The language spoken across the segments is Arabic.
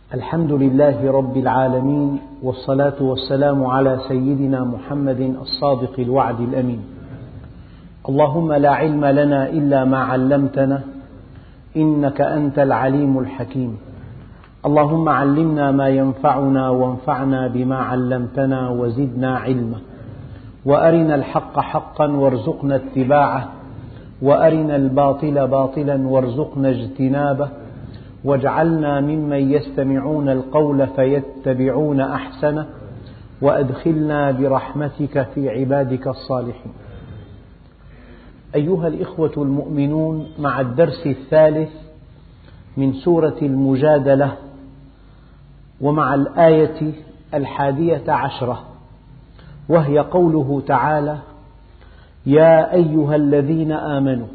الحمد لله رب العالمين، والصلاة والسلام على سيدنا محمد الصادق الوعد الأمين. اللهم لا علم لنا إلا ما علمتنا إنك أنت العليم الحكيم. اللهم علمنا ما ينفعنا وانفعنا بما علمتنا وزدنا علما، وأرنا الحق حقا وارزقنا اتباعه، وأرنا الباطل باطلا وارزقنا اجتنابه، واجعلنا ممن يستمعون القول فيتبعون أحسنه، وأدخلنا برحمتك في عبادك الصالحين. أيها الإخوة المؤمنون، مع الدرس الثالث من سورة المجادلة، ومع الآية 11، وهي قوله تعالى: يا أيها الذين آمنوا.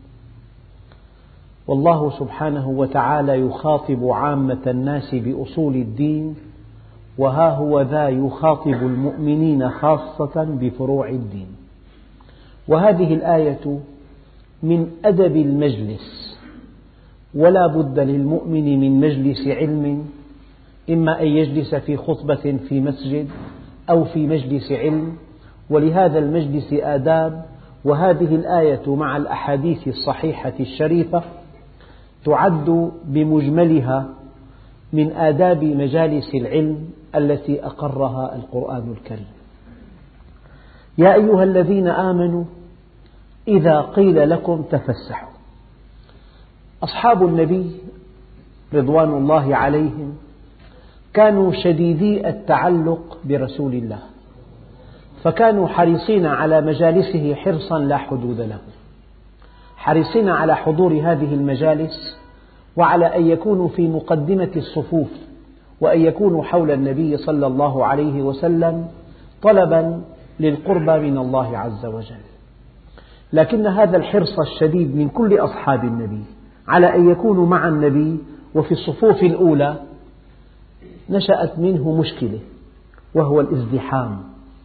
والله سبحانه وتعالى يخاطب عامة الناس بأصول الدين، وها هو ذا يخاطب المؤمنين خاصة بفروع الدين. وهذه الآية من أدب المجلس، ولا بد للمؤمن من مجلس علم، إما أن يجلس في خطبة في مسجد أو في مجلس علم، ولهذا المجلس آداب. وهذه الآية مع الأحاديث الصحيحة الشريفة تعد بمجملها من آداب مجالس العلم التي أقرها القرآن الكريم. يا أيها الذين آمنوا إذا قيل لكم تفسحوا. أصحاب النبي رضوان الله عليهم كانوا شديدي التعلق برسول الله، فكانوا حريصين على مجالسه حرصا لا حدود له، حريصين على حضور هذه المجالس، وعلى أن يكونوا في مقدمة الصفوف، وأن يكونوا حول النبي صلى الله عليه وسلم طلبا للقربى من الله عز وجل. لكن هذا الحرص الشديد من كل أصحاب النبي على أن يكونوا مع النبي وفي الصفوف الأولى نشأت منه مشكلة، وهو الازدحام.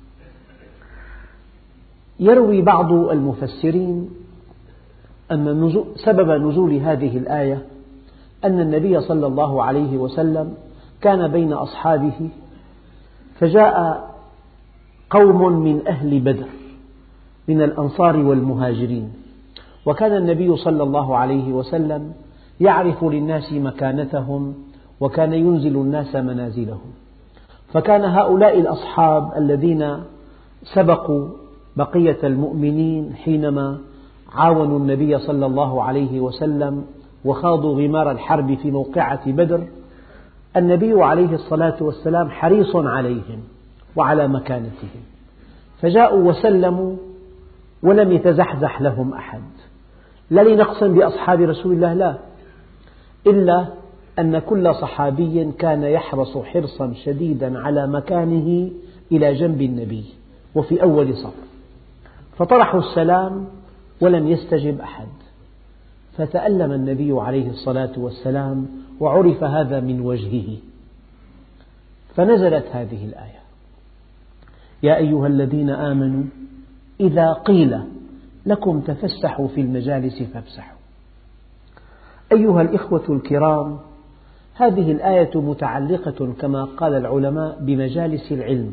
يروي بعض المفسرين أن سبب نزول هذه الآية أن النبي صلى الله عليه وسلم كان بين أصحابه، فجاء قوم من أهل بدر من الأنصار والمهاجرين، وكان النبي صلى الله عليه وسلم يعرف للناس مكانتهم، وكان ينزل الناس منازلهم. فكان هؤلاء الأصحاب الذين سبقوا بقية المؤمنين حينما عاونوا النبي صلى الله عليه وسلم وخاضوا غمار الحرب في موقعة بدر، النبي عليه الصلاة والسلام حريص عليهم وعلى مكانتهم، فجاءوا وسلموا ولم يتزحزح لهم أحد، لا لنقص بأصحاب رسول الله، لا، إلا أن كل صحابي كان يحرص حرصا شديدا على مكانه إلى جنب النبي وفي أول صف، فطرحوا السلام ولم يستجب أحد، فتألم النبي عليه الصلاة والسلام، وعرف هذا من وجهه، فنزلت هذه الآية: يا أيها الذين آمنوا إذا قيل لكم تفسحوا في المجالس فافسحوا. أيها الإخوة الكرام، هذه الآية متعلقة كما قال العلماء بمجالس العلم،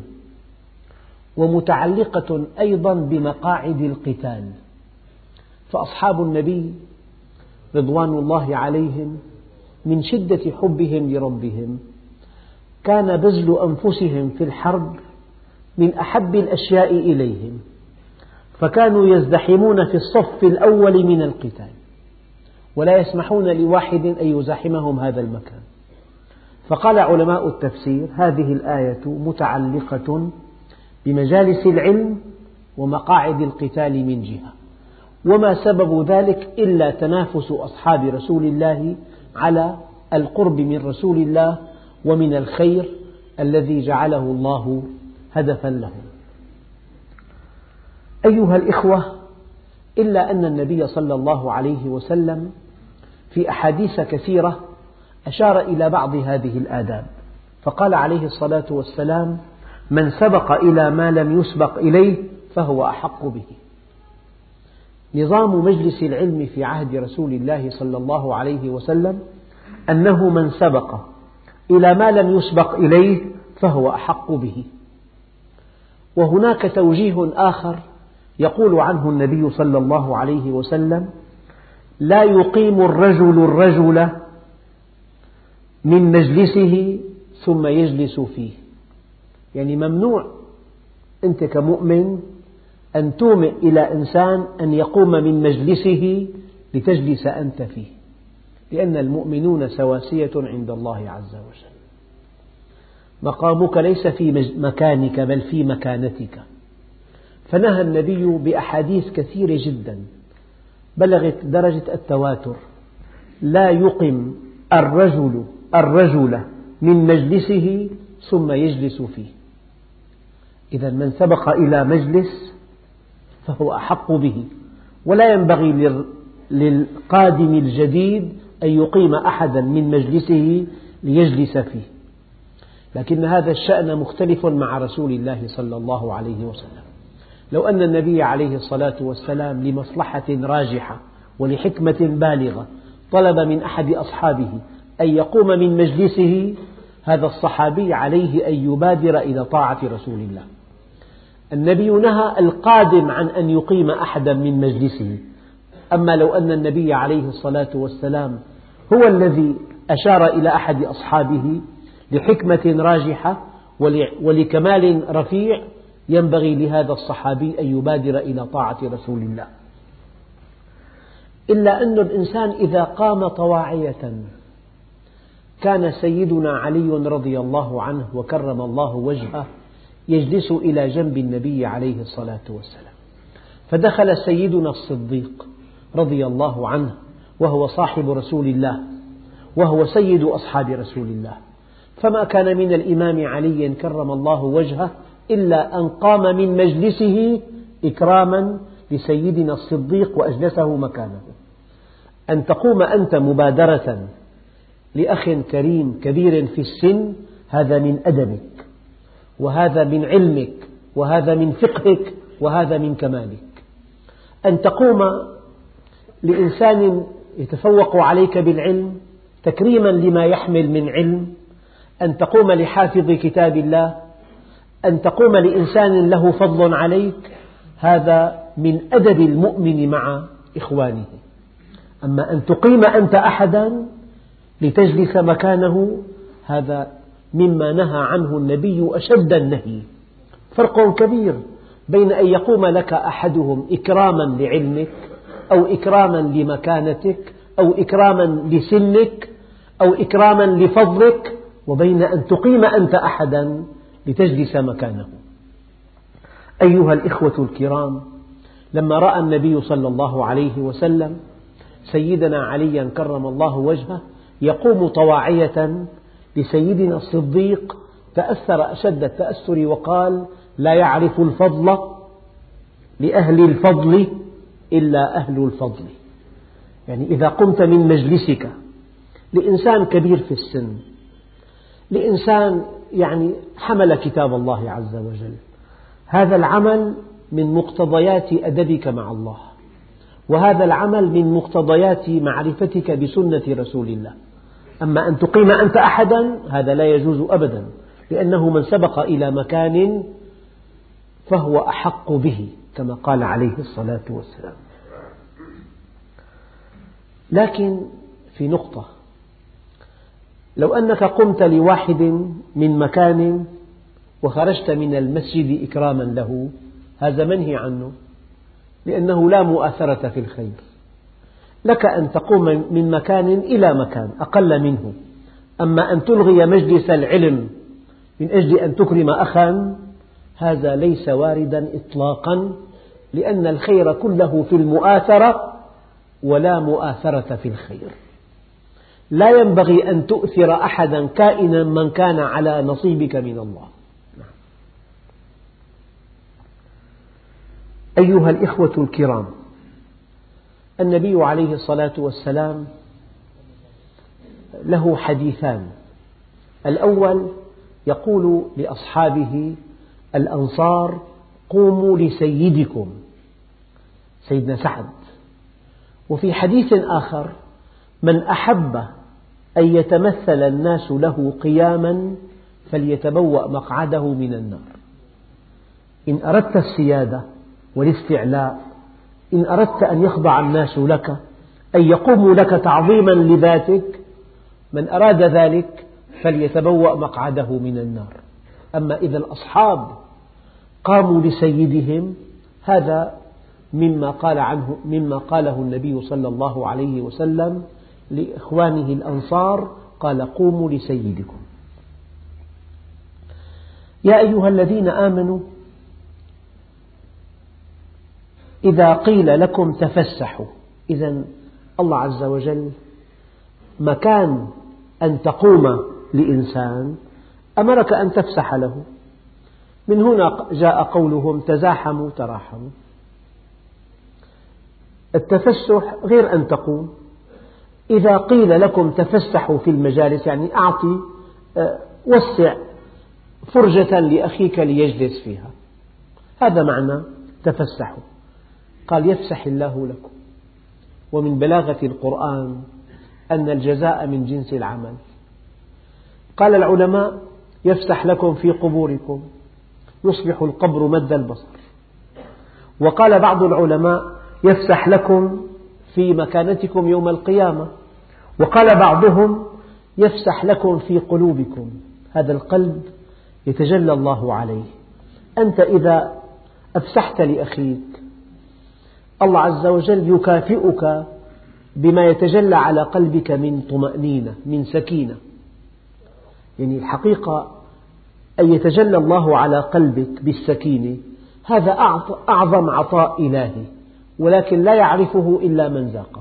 ومتعلقة أيضا بمقاعد القتال. فأصحاب النبي رضوان الله عليهم من شدة حبهم لربهم كان بذل أنفسهم في الحرب من أحب الأشياء إليهم، فكانوا يزدحمون في الصف الأول من القتال، ولا يسمحون لواحد أن يزاحمهم هذا المكان. فقال علماء التفسير: هذه الآية متعلقة بمجالس العلم ومقاعد القتال من جهة، وما سبب ذلك إلا تنافس أصحاب رسول الله على القرب من رسول الله ومن الخير الذي جعله الله هدفا لهم. أيها الإخوة، إلا أن النبي صلى الله عليه وسلم في أحاديث كثيرة أشار إلى بعض هذه الآداب، فقال عليه الصلاة والسلام: من سبق إلى ما لم يسبق إليه فهو أحق به. نظام مجلس العلم في عهد رسول الله صلى الله عليه وسلم أنه من سبق إلى ما لم يسبق إليه فهو أحق به. وهناك توجيه آخر يقول عنه النبي صلى الله عليه وسلم: لا يقيم الرجل الرجل من مجلسه ثم يجلس فيه. يعني ممنوع أنت كمؤمن أن تومئ إلى إنسان أن يقوم من مجلسه لتجلس أنت فيه، لأن المؤمنون سواسية عند الله عز وجل. مقامك ليس في مكانك بل في مكانتك. فنهى النبي بأحاديث كثيرة جدا بلغت درجة التواتر: لا يقم الرجل الرجل من مجلسه ثم يجلس فيه. إذا من سبق إلى مجلس فهو أحق به، ولا ينبغي للقادم الجديد أن يقيم أحدا من مجلسه ليجلس فيه. لكن هذا الشأن مختلف مع رسول الله صلى الله عليه وسلم. لو أن النبي عليه الصلاة والسلام لمصلحة راجحة ولحكمة بالغة طلب من أحد أصحابه أن يقوم من مجلسه، هذا الصحابي عليه أن يبادر إلى طاعة رسول الله. النبي نهى القادم عن أن يقيم أحدا من مجلسه. أما لو أن النبي عليه الصلاة والسلام هو الذي أشار إلى أحد أصحابه لحكمة راجحة ولكمال رفيع، ينبغي لهذا الصحابي أن يبادر إلى طاعة رسول الله. إلا أن الإنسان إذا قام طواعية، كان سيدنا علي رضي الله عنه وكرم الله وجهه يجلس إلى جنب النبي عليه الصلاة والسلام، فدخل سيدنا الصديق رضي الله عنه وهو صاحب رسول الله وهو سيد أصحاب رسول الله، فما كان من الإمام علي كرم الله وجهه إلا أن قام من مجلسه إكراما لسيدنا الصديق وأجلسه مكانه. أن تقوم أنت مبادرة لأخ كريم كبير في السن، هذا من أدبك، وهذا من علمك، وهذا من فقهك، وهذا من كمالك. أن تقوم لإنسان يتفوق عليك بالعلم تكريما لما يحمل من علم، أن تقوم لحافظ كتاب الله، أن تقوم لإنسان له فضل عليك، هذا من أدب المؤمن مع إخوانه. أما أن تقيم أنت أحدا لتجلس مكانه، هذا مما نهى عنه النبي أشد النهي. فرق كبير بين أن يقوم لك أحدهم إكراما لعلمك أو إكراما لمكانتك أو إكراما لسنك أو إكراما لفضلك، وبين أن تقيم أنت أحدا لتجلس مكانه. أيها الإخوة الكرام، لما رأى النبي صلى الله عليه وسلم سيدنا عليا كرم الله وجهه يقوم طواعية لسيدنا الصديق، تأثر أشد التأثر وقال: لا يعرف الفضل لأهل الفضل إلا أهل الفضل. يعني إذا قمت من مجلسك لإنسان كبير في السن، لإنسان يعني حمل كتاب الله عز وجل، هذا العمل من مقتضيات أدبك مع الله، وهذا العمل من مقتضيات معرفتك بسنة رسول الله. أما أن تقيم أنت أحدا، هذا لا يجوز أبدا، لأنه من سبق إلى مكان فهو أحق به كما قال عليه الصلاة والسلام. لكن في نقطة: لو أنك قمت لواحد من مكان وخرجت من المسجد إكراما له، هذا منهي عنه، لأنه لا مؤاثرة في الخير. لك أن تقوم من مكان إلى مكان أقل منه، أما أن تلغي مجلس العلم من أجل أن تكرم أخا، هذا ليس واردا إطلاقا، لأن الخير كله في المؤاثرة ولا مؤاثرة في الخير. لا ينبغي أن تؤثر أحدا كائنا من كان على نصيبك من الله. أيها الإخوة الكرام، النبي عليه الصلاة والسلام له حديثان. الأول يقول لأصحابه الأنصار: قوموا لسيدكم، سيدنا سعد. وفي حديث آخر: من أحب أن يتمثل الناس له قياما فليتبوأ مقعده من النار. إن أردت السيادة والاستعلاء، إن أردت أن يخضع الناس لك، أن يقوموا لك تعظيما لذاتك، من أراد ذلك فليتبوأ مقعده من النار. أما إذا الأصحاب قاموا لسيدهم، هذا مما قاله النبي صلى الله عليه وسلم لإخوانه الأنصار، قال: قوموا لسيدكم. يا أيها الذين آمنوا إذا قيل لكم تفسحوا. إذن الله عز وجل مكان أن تقوم لإنسان أمرك أن تفسح له. من هنا جاء قولهم: تزاحموا تراحموا. التفسح غير أن تقوم. إذا قيل لكم تفسحوا في المجالس، يعني أعطي وسع فرجة لأخيك ليجلس فيها، هذا معنى تفسحوا. قال: يفسح الله لكم. ومن بلاغة القرآن أن الجزاء من جنس العمل. قال العلماء: يفسح لكم في قبوركم، يصبح القبر مد البصر. وقال بعض العلماء: يفسح لكم في مكانتكم يوم القيامة. وقال بعضهم: يفسح لكم في قلوبكم. هذا القلب يتجلى الله عليه. أنت إذا أفسحت لأخيك، الله عز وجل يكافئك بما يتجلى على قلبك من طمأنينة، من سكينة. يعني الحقيقة أن يتجلى الله على قلبك بالسكينة، هذا أعظم عطاء إلهي، ولكن لا يعرفه إلا من ذاقه.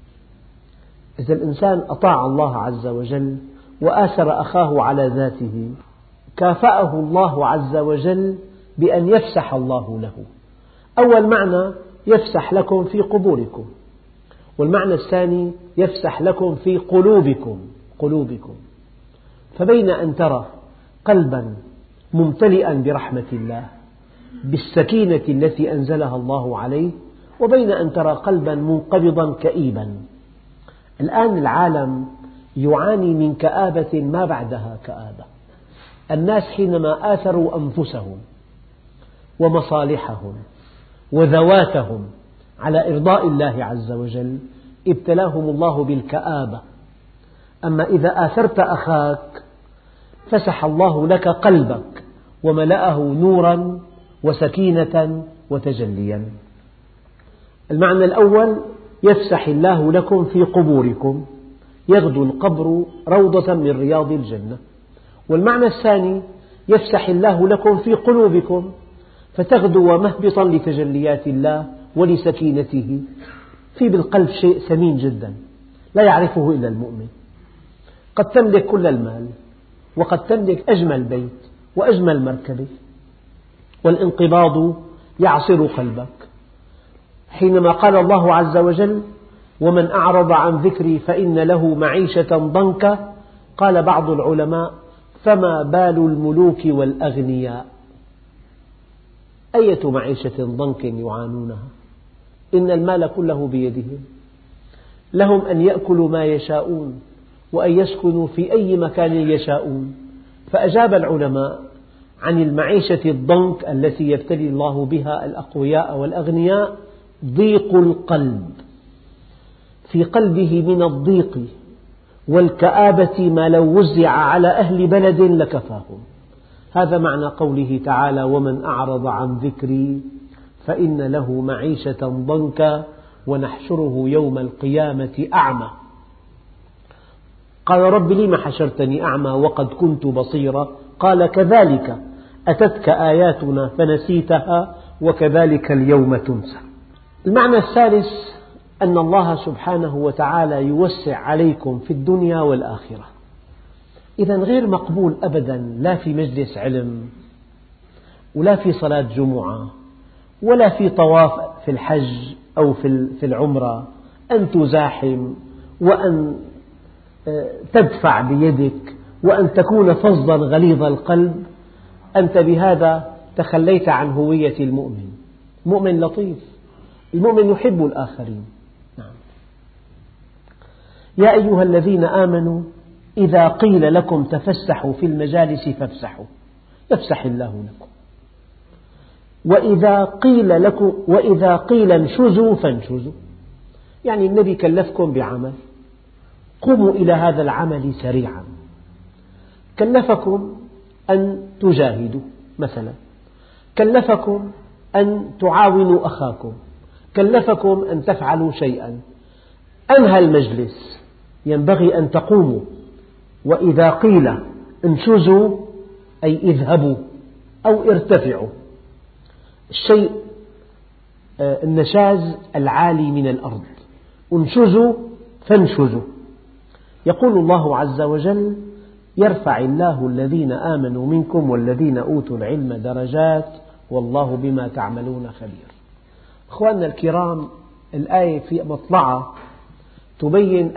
إذا الإنسان أطاع الله عز وجل وآثر أخاه على ذاته، كافأه الله عز وجل بأن يفسح الله له. أول معنى: يفسح لكم في قبوركم. والمعنى الثاني: يفسح لكم في قلوبكم. فبين أن ترى قلبا ممتلئا برحمة الله بالسكينة التي أنزلها الله عليه، وبين أن ترى قلبا منقبضا كئيبا. الآن العالم يعاني من كآبة ما بعدها كآبة. الناس حينما آثروا أنفسهم ومصالحهم وذواتهم على إرضاء الله عز وجل، ابتلاهم الله بالكآبة. أما إذا آثرت أخاك فسح الله لك قلبك وملأه نورا وسكينة وتجليا. المعنى الأول: يفسح الله لكم في قبوركم، يغدو القبر روضة من رياض الجنة. والمعنى الثاني: يفسح الله لكم في قلوبكم، فتغدو مهبطا لتجليات الله ولسكينته. في بالقلب شيء ثمين جدا لا يعرفه إلا المؤمن. قد تملك كل المال، وقد تملك أجمل بيت وأجمل مركبة، والانقباض يعصر قلبك. حينما قال الله عز وجل: ومن أعرض عن ذكري فإن له معيشة ضنكا، قال بعض العلماء: فما بال الملوك والأغنياء؟ أية معيشة ضنك يعانونها؟ إن المال كله بيدهم، لهم أن يأكلوا ما يشاءون وأن يسكنوا في أي مكان يشاءون. فأجاب العلماء عن المعيشة الضنك التي يبتلي الله بها الأقوياء والأغنياء: ضيق القلب. في قلبه من الضيق والكآبة ما لو وزع على أهل بلد لكفاهم. هذا معنى قوله تعالى: ومن أعرض عن ذكري فإن له معيشة ضنكا ونحشره يوم القيامة أعمى. قال: رب لم حشرتني أعمى وقد كنت بصيرا؟ قال: كذلك أتتك آياتنا فنسيتها وكذلك اليوم تنسى. المعنى الثالث: أن الله سبحانه وتعالى يوسع عليكم في الدنيا والآخرة. إذا غير مقبول أبدا، لا في مجلس علم، ولا في صلاة جمعة، ولا في طواف في الحج أو في العمرة، أن تزاحم وأن تدفع بيدك وأن تكون فظا غليظ القلب. أنت بهذا تخليت عن هوية المؤمن. المؤمن لطيف، المؤمن يحب الآخرين. نعم. يا أيها الذين آمنوا إذا قيل لكم تفسحوا في المجالس فافسحوا يفسح الله لكم، وإذا قيل انشزوا فانشزوا. يعني النبي كلفكم بعمل، قوموا إلى هذا العمل سريعا. كلفكم أن تجاهدوا مثلا، كلفكم أن تعاونوا أخاكم، كلفكم أن تفعلوا شيئا. أنهى المجلس ينبغي أن تقوموا، وإذا قيل انشزوا أي اذهبوا أو ارتفعوا. الشيء النشاز العالي من الأرض، انشزوا فانشزوا. يقول الله عز وجل: يرفع الله الذين آمنوا منكم والذين أوتوا العلم درجات والله بما تعملون خبير. أخواننا الكرام، الآية في مطلعها تبين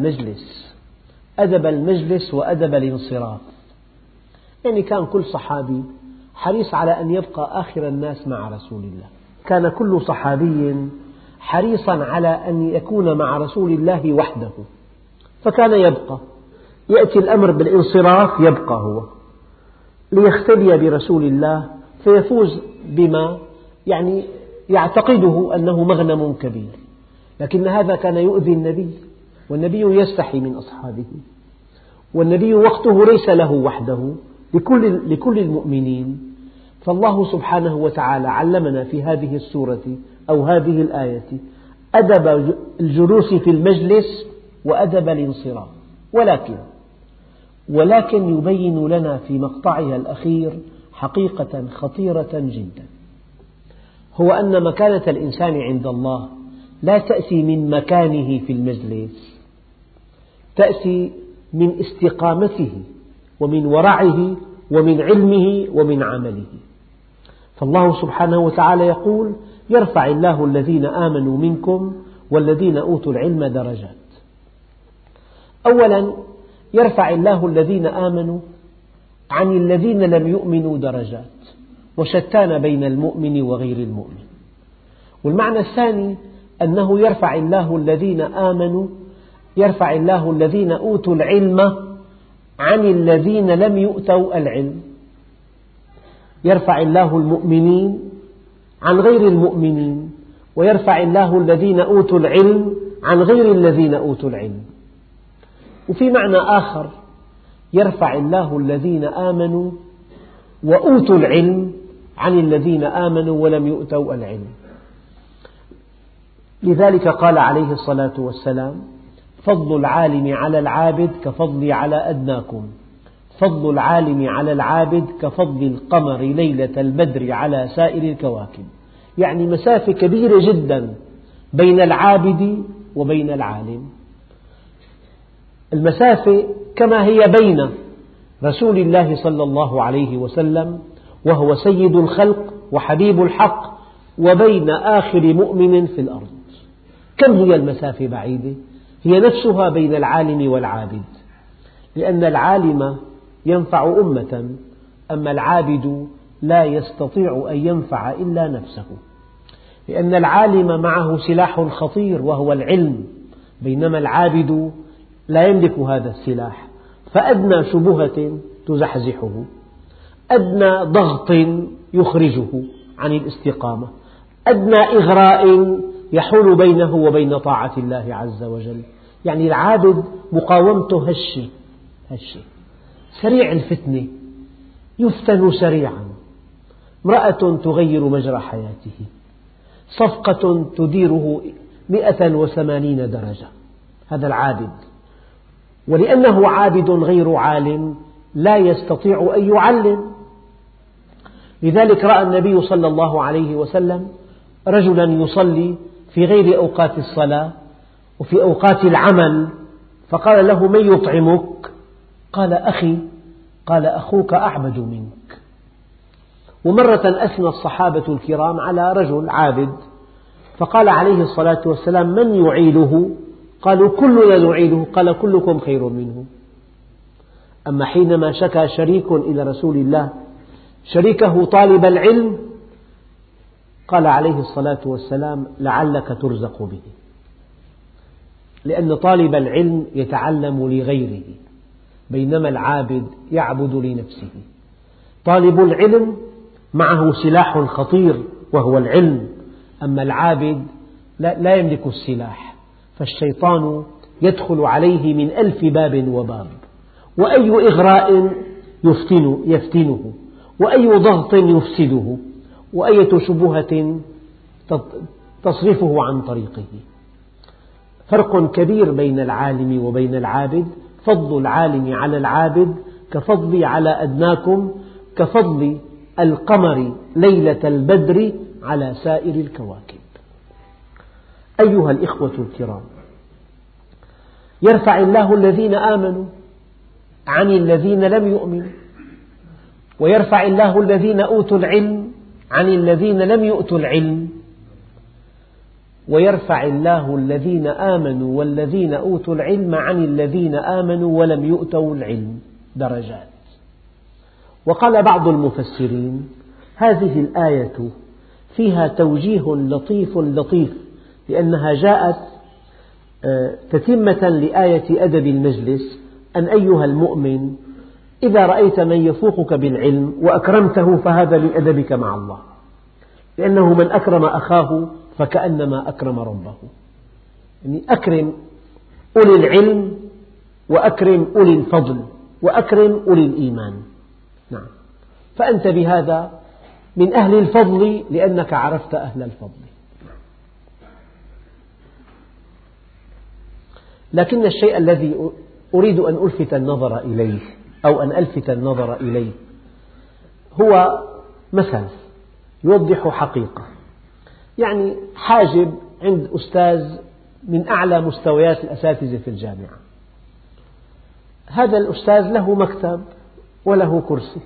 أدب المجلس وأدب الانصراف. يعني كان كل صحابي حريص على أن يبقى آخر الناس مع رسول الله، كان كل صحابي حريصا على أن يكون مع رسول الله وحده، فكان يبقى، يأتي الأمر بالانصراف يبقى هو ليختبي برسول الله فيفوز بما يعني يعتقده أنه مغنم كبير. لكن هذا كان يؤذي النبي، والنبي يستحي من أصحابه، والنبي وقته ليس له وحده، لكل المؤمنين. فالله سبحانه وتعالى علمنا في هذه السورة أو هذه الآية أدب الجلوس في المجلس وأدب الانصراف. ولكن يبين لنا في مقطعها الأخير حقيقة خطيرة جدا، هو أن مكانة الإنسان عند الله لا تأتي من مكانه في المجلس، تأتي من استقامته ومن ورعه ومن علمه ومن عمله. فالله سبحانه وتعالى يقول: يرفع الله الذين آمنوا منكم والذين أوتوا العلم درجات. أولا يرفع الله الذين آمنوا عن الذين لم يؤمنوا درجات، وشتان بين المؤمن وغير المؤمن. والمعنى الثاني أنه يرفع الله الذين أوتوا العلم عن الذين لم يؤتوا العلم. يرفع الله المؤمنين عن غير المؤمنين، ويرفع الله الذين أوتوا العلم عن غير الذين أوتوا العلم. وفي معنى آخر: يرفع الله الذين آمنوا وأوتوا العلم عن الذين آمنوا ولم يؤتوا العلم. لذلك قال عليه الصلاة والسلام: فضل العالم على العابد كفضلي على أدناكم، فضل العالم على العابد كفضل القمر ليلة البدر على سائر الكواكب. يعني مسافة كبيرة جدا بين العابد وبين العالم. المسافة كما هي بين رسول الله صلى الله عليه وسلم وهو سيد الخلق وحبيب الحق وبين آخر مؤمن في الأرض. كم هي المسافة بعيدة؟ هي نفسها بين العالم والعابد، لأن العالم ينفع أمة، أما العابد لا يستطيع أن ينفع إلا نفسه، لأن العالم معه سلاح خطير وهو العلم، بينما العابد لا يملك هذا السلاح. فأدنى شبهة تزحزحه، أدنى ضغط يخرجه عن الاستقامة، أدنى إغراء يحول بينه وبين طاعة الله عز وجل. يعني العابد مقاومته هشة، سريع الفتنة، يفتن سريعا، امرأة تغير مجرى حياته، صفقة تديره 180 درجة. هذا العابد، ولأنه عابد غير عالم لا يستطيع أن يعلم. لذلك رأى النبي صلى الله عليه وسلم رجلا يصلي في غير أوقات الصلاة وفي أوقات العمل، فقال له: من يطعمك؟ قال: أخي. قال: أخوك أعبد منك. ومرة أثنى الصحابة الكرام على رجل عابد، فقال عليه الصلاة والسلام: من يعيله؟ قالوا: كلنا نعيله. قال: كلكم خير منه. أما حينما شكى شريك إلى رسول الله شريكه طالب العلم، قال عليه الصلاة والسلام: لعلك ترزق به، لأن طالب العلم يتعلم لغيره، بينما العابد يعبد لنفسه. طالب العلم معه سلاح خطير وهو العلم، أما العابد لا يملك السلاح، فالشيطان يدخل عليه من 1000 باب وباب، وأي إغراء يفتنه، وأي ضغط يفسده، وأية شبهة تصرفه عن طريقه. فرق كبير بين العالم وبين العابد. فضل العالم على العابد كفضلي على أدناكم، كفضل القمر ليلة البدر على سائر الكواكب. أيها الإخوة الكرام، يرفع الله الذين آمنوا عن الذين لم يؤمنوا، ويرفع الله الذين أوتوا العلم عن الذين لم يؤتوا العلم، ويرفع الله الذين آمنوا والذين أوتوا العلم عن الذين آمنوا ولم يؤتوا العلم درجات. وقال بعض المفسرين: هذه الآية فيها توجيه لطيف، لأنها جاءت تتمة لآية أدب المجلس، أن أيها المؤمن إذا رأيت من يفوقك بالعلم وأكرمته فهذا من أدبك مع الله، لأنه من أكرم أخاه فكأنما أكرم ربه. يعني أكرم أولي العلم، وأكرم أولي الفضل، وأكرم أولي الإيمان. نعم، فأنت بهذا من أهل الفضل لأنك عرفت أهل الفضل. لكن الشيء الذي أريد أن ألفت النظر إليه أو أن ألفت النظر إليه هو مثل يوضح حقيقة. يعني حاجب عند أستاذ من أعلى مستويات الأساتذة في الجامعة، هذا الأستاذ له مكتب وله كرسي،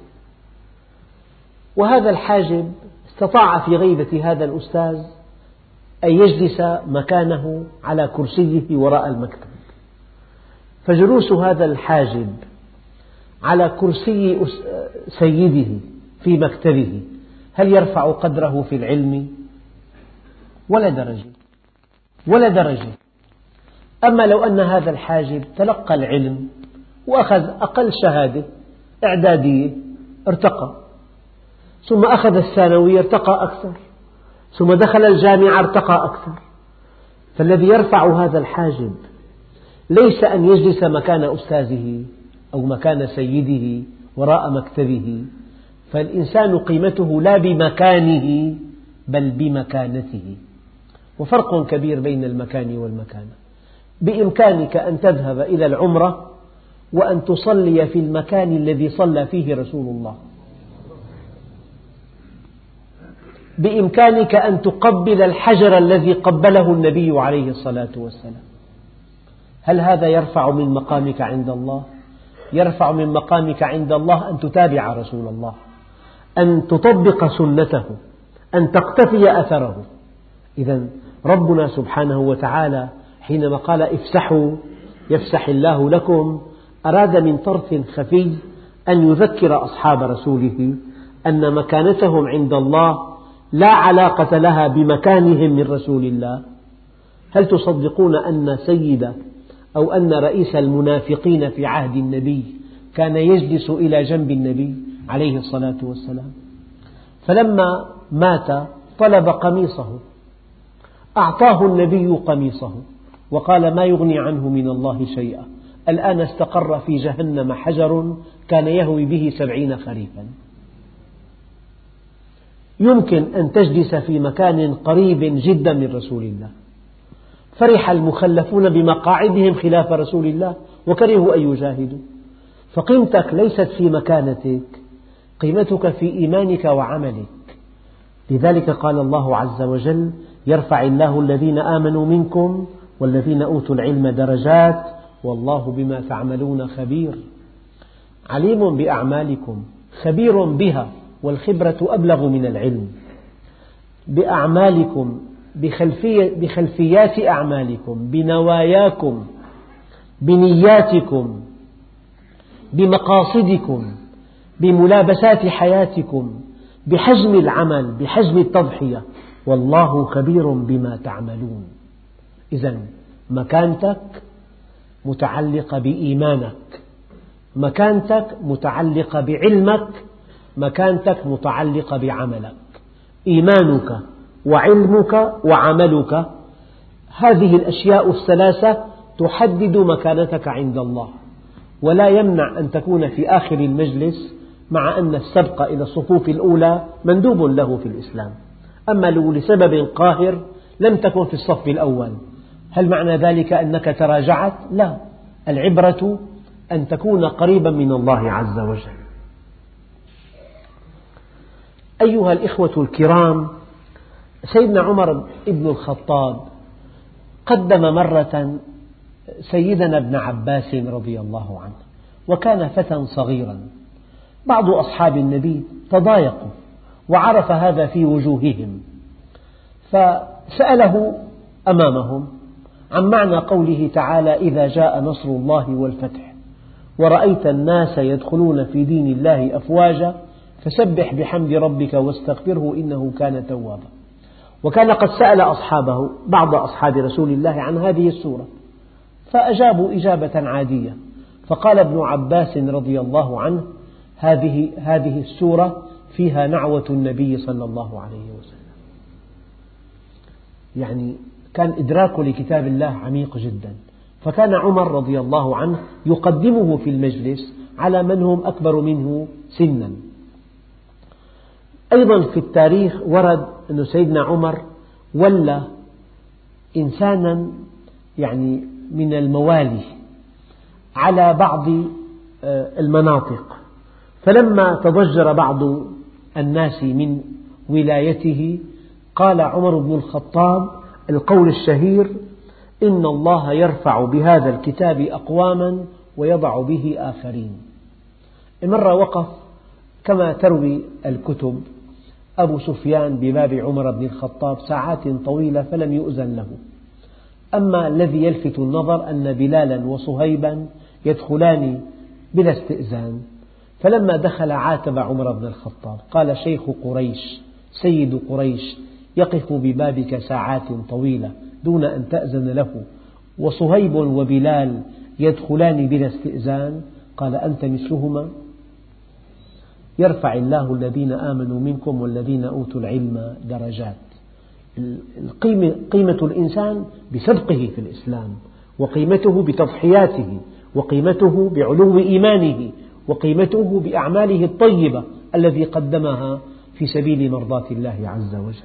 وهذا الحاجب استطاع في غيبة هذا الأستاذ أن يجلس مكانه على كرسيه وراء المكتب، فجلوس هذا الحاجب على كرسي سيده في مكتبه هل يرفع قدره في العلم؟ ولا درجة. أما لو أن هذا الحاجب تلقى العلم وأخذ أقل شهادة إعدادية ارتقى، ثم أخذ الثانوية ارتقى أكثر، ثم دخل الجامعة ارتقى أكثر، فالذي يرفع هذا الحاجب ليس أن يجلس مكان أستاذه أو مكان سيده وراء مكتبه، فالإنسان قيمته لا بمكانه بل بمكانته. وفرق كبير بين المكان والمكانة. بإمكانك أن تذهب إلى العمرة وأن تصلي في المكان الذي صلى فيه رسول الله، بإمكانك أن تقبل الحجر الذي قبله النبي عليه الصلاة والسلام. هل هذا يرفع من مقامك عند الله؟ يرفع من مقامك عند الله أن تتابع رسول الله، أن تطبق سنته، أن تقتفي أثره. إذن ربنا سبحانه وتعالى حينما قال افسحوا يفسح الله لكم أراد من طرف خفي أن يذكر أصحاب رسوله أن مكانتهم عند الله لا علاقة لها بمكانهم من رسول الله. هل تصدقون أن سيد أو أن رئيس المنافقين في عهد النبي كان يجلس إلى جنب النبي عليه الصلاة والسلام؟ فلما مات طلب قميصه، أعطاه النبي قميصه وقال ما يغني عنه من الله شيئا، الآن استقر في جهنم حجر كان يهوي به 70 خريفا. يمكن أن تجلس في مكان قريب جدا من رسول الله. فرح المخلفون بمقاعدهم خلاف رسول الله وكرهوا أن يجاهدوا. فقيمتك ليست في مكانتك، قيمتك في إيمانك وعملك. لذلك قال الله عز وجل يرفع الله الذين آمنوا منكم والذين أوتوا العلم درجات والله بما تعملون خبير. عليم بأعمالكم خبير بها، والخبرة أبلغ من العلم. بأعمالكم، بخلفيات أعمالكم، بنواياكم، بنياتكم، بمقاصدكم، بملابسات حياتكم، بحجم العمل، بحجم التضحية، والله خبير بما تعملون. إذن مكانتك متعلقة بإيمانك، مكانتك متعلقة بعلمك، مكانتك متعلقة بعملك، إيمانك وعلمك وعملك، هذه الأشياء الثلاثة تحدد مكانتك عند الله. ولا يمنع أن تكون في آخر المجلس، مع أن السبق إلى الصفوف الأولى مندوب له في الإسلام. أما لو لسبب قاهر لم تكن في الصف الأول، هل معنى ذلك أنك تراجعت؟ لا، العبرة أن تكون قريبا من الله عز وجل. أيها الإخوة الكرام، سيدنا عمر بن الخطاب قدم مرة سيدنا ابن عباس رضي الله عنه، وكان فتى صغيرا. بعض أصحاب النبي تضايقوا وعرف هذا في وجوههم، فسأله أمامهم عن معنى قوله تعالى: إذا جاء نصر الله والفتح ورأيت الناس يدخلون في دين الله أفواجا فسبح بحمد ربك واستغفره إنه كان توابا. وكان قد سأل أصحابه بعض أصحاب رسول الله عن هذه السورة، فأجابوا إجابة عادية، فقال ابن عباس رضي الله عنه: هذه السورة فيها نعوة النبي صلى الله عليه وسلم. يعني كان إدراكه لكتاب الله عميق جدا، فكان عمر رضي الله عنه يقدمه في المجلس على من هم أكبر منه سنا. أيضا في التاريخ ورد أن سيدنا عمر ولى إنسانا يعني من الموالي على بعض المناطق، فلما تضجر بعض الناس من ولايته قال عمر بن الخطاب القول الشهير: إن الله يرفع بهذا الكتاب أقواما ويضع به آخرين. مرة وقف كما تروي الكتب أبو سفيان بباب عمر بن الخطاب ساعات طويلة فلم يؤذن له. أما الذي يلفت النظر أن بلالا وصهيبا يدخلان بلا استئذان، فلما دخل عاتب عمر بن الخطاب، قال: شيخ قريش سيد قريش يقف ببابك ساعات طويلة دون أن تأذن له، وصهيب وبلال يدخلان بلا استئذان. قال: أنت مثلهما؟ يرفع الله الذين آمنوا منكم والذين أوتوا العلم درجات. قيمة الإنسان بسبقه في الإسلام، وقيمته بتضحياته، وقيمته بعلو إيمانه، وقيمته بأعماله الطيبة الذي قدمها في سبيل مرضاة الله عز وجل.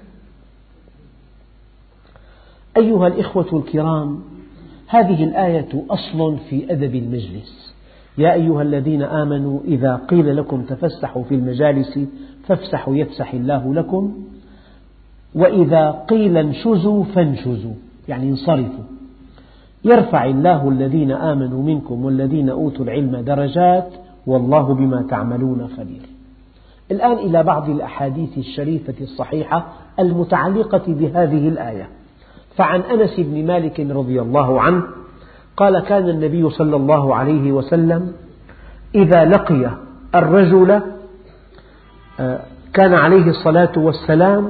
أيها الإخوة الكرام، هذه الآية أصل في أدب المجلس: يا أيها الذين آمنوا إذا قيل لكم تفسحوا في المجالس فافسحوا يفسح الله لكم، وإذا قيل انشزوا فانشزوا، يعني انصرفوا. يرفع الله الذين آمنوا منكم والذين أوتوا العلم درجات والله بما تعملون خبير. الآن إلى بعض الأحاديث الشريفة الصحيحة المتعلقة بهذه الآية. فعن أنس بن مالك رضي الله عنه قال: كان النبي صلى الله عليه وسلم إذا لقي الرجل، كان عليه الصلاة والسلام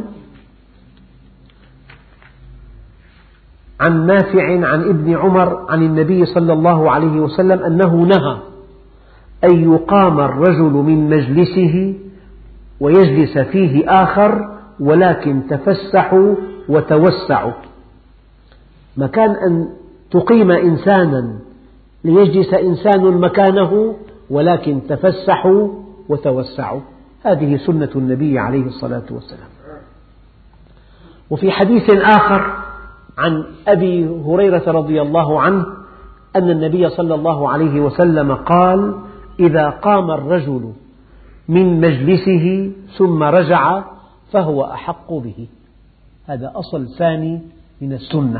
عن نافع عن ابن عمر عن النبي صلى الله عليه وسلم أنه نهى أن يقام الرجل من مجلسه ويجلس فيه آخر، ولكن تفسحوا وتوسعوا. مكان أن تقيم إنسانا ليجلس إنسان مكانه، ولكن تفسحوا وتوسعوا، هذه سنة النبي عليه الصلاة والسلام. وفي حديث آخر عن أبي هريرة رضي الله عنه أن النبي صلى الله عليه وسلم قال: إذا قام الرجل من مجلسه ثم رجع فهو أحق به. هذا أصل ثاني من السنة.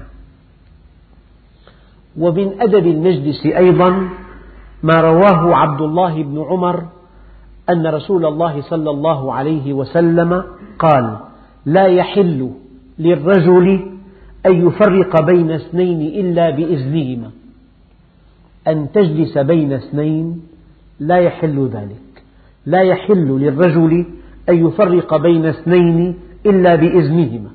ومن أدب المجلس أيضا ما رواه عبد الله بن عمر أن رسول الله صلى الله عليه وسلم قال: لا يحل للرجل أن يفرق بين اثنين إلا بإذنهما. أن تجلس بين اثنين لا يحل ذلك، لا يحل للرجل أن يفرق بين اثنين إلا بإذنهما.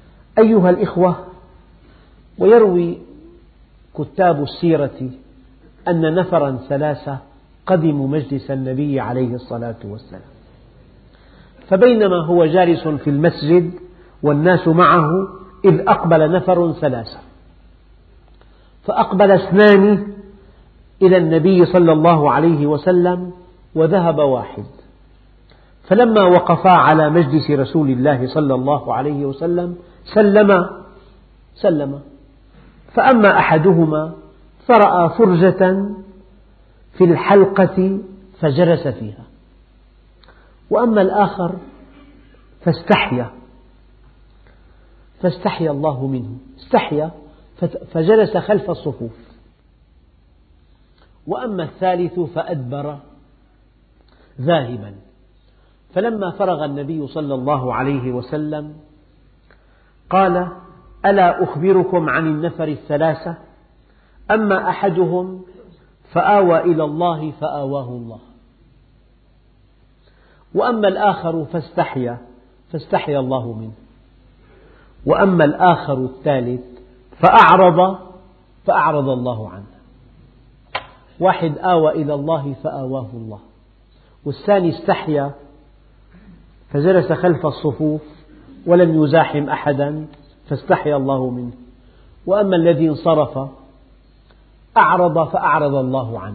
أيها الإخوة، ويروي كتاب السيرة أن نفرا ثلاثة قدموا مجلس النبي عليه الصلاة والسلام، فبينما هو جالس في المسجد والناس معه إذ أقبل نفر ثلاثة، فأقبل اثنان إلى النبي صلى الله عليه وسلم وذهب واحد، فلما وقفا على مجلس رسول الله صلى الله عليه وسلم سلما، فأما أحدهما فرأى فرجة في الحلقة فجلس فيها، وأما الآخر فاستحيا الله منه، استحيا فجلس خلف الصفوف، وأما الثالث فأدبر ذاهبا. فلما فرغ النبي صلى الله عليه وسلم قال: ألا أخبركم عن النفر الثلاثة؟ أما أحدهم فآوى إلى الله فآواه الله، وأما الآخر فاستحيا الله منه، وأما الآخر الثالث فأعرض الله عنه. واحد آوى إلى الله فآواه الله، والثاني استحيا فجلس خلف الصفوف ولم يزاحم أحدا فاستحيا الله منه، وأما الذي انصرف أعرض فأعرض الله عنه.